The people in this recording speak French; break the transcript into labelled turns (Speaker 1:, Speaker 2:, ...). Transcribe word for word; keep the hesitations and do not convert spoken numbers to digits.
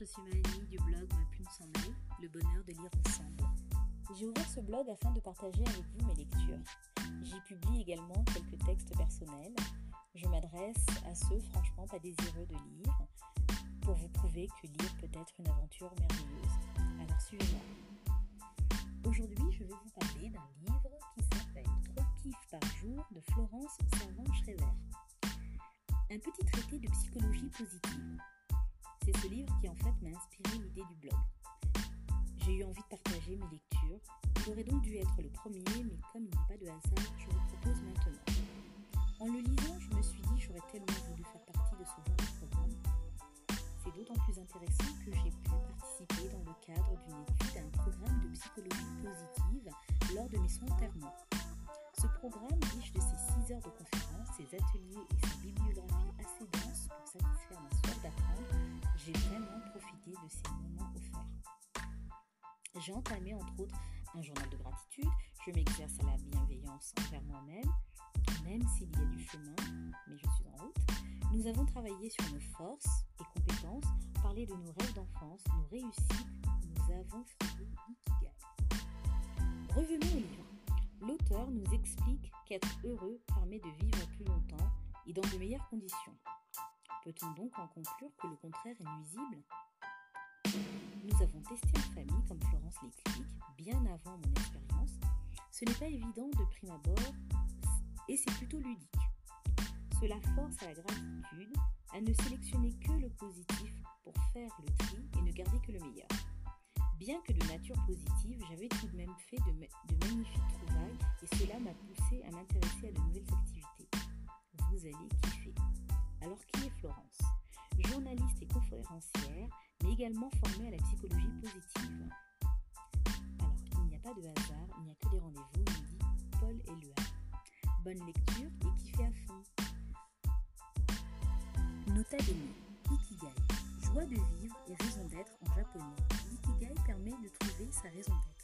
Speaker 1: je suis Mélanie du blog Ma Plume S'en Mêle, le bonheur de lire ensemble. J'ai ouvert ce blog afin de partager avec vous mes lectures. J'y publie également quelques textes personnels. Je m'adresse à ceux franchement pas désireux de lire, pour vous prouver que lire peut être une aventure merveilleuse. Alors suivez-moi. Aujourd'hui, je vais vous parler d'un livre qui s'appelle Trois kiffs par jour de Florence Servan-Schreiber. Un petit traité de psychologie positive. C'est ce livre qui en fait m'a inspiré l'idée du blog. J'ai eu envie de partager mes lectures. Il aurait donc dû être le premier, mais comme il n'y a pas de hasard, je vous propose maintenant. En le lisant, je me suis dit que j'aurais tellement voulu faire partie de ce genre de programme. C'est d'autant plus intéressant que j'ai pu participer dans le cadre d'une étude à un programme de psychologie positive lors de mes soins thermaux. Ce programme, riche de ses six heures de conférences, ses ateliers et sa bibliographie assez dense pour satisfaire ma soif d'apprendre, j'ai vraiment profité de ces moments offerts. J'ai entamé entre autres un journal de gratitude, je m'exerce à la bienveillance envers moi-même, même s'il y a du chemin, mais je suis en route. Nous avons travaillé sur nos forces et compétences, parlé de nos rêves d'enfance, nos réussites, nous avons fait l'ikigai. Revenons au livre. L'auteur nous explique qu'être heureux permet de vivre plus longtemps et dans de meilleures conditions. Peut-on donc en conclure que le contraire est nuisible ? Nous avons testé en famille, comme Florence l'explique, bien avant mon expérience. Ce n'est pas évident de prime abord et c'est plutôt ludique. Cela force à la gratitude, à ne sélectionner que le positif pour faire le tri et ne garder que le meilleur. Bien que de nature positive, j'avais tout de même fait de, de magnifiques trouvailles et cela m'a poussé à m'intéresser à de nouvelles activités. Vous allez kiffer. Alors qui est Florence ? Journaliste et conférencière, mais également formée à la psychologie positive. Alors, il n'y a pas de hasard, il n'y a que des rendez-vous, nous dit Paul Éluard. Bonne lecture et kiffez à fond. Nota bene, Ikigai. Joie de vivre et raison d'être en japonais. L'ikigai permet de trouver sa raison d'être.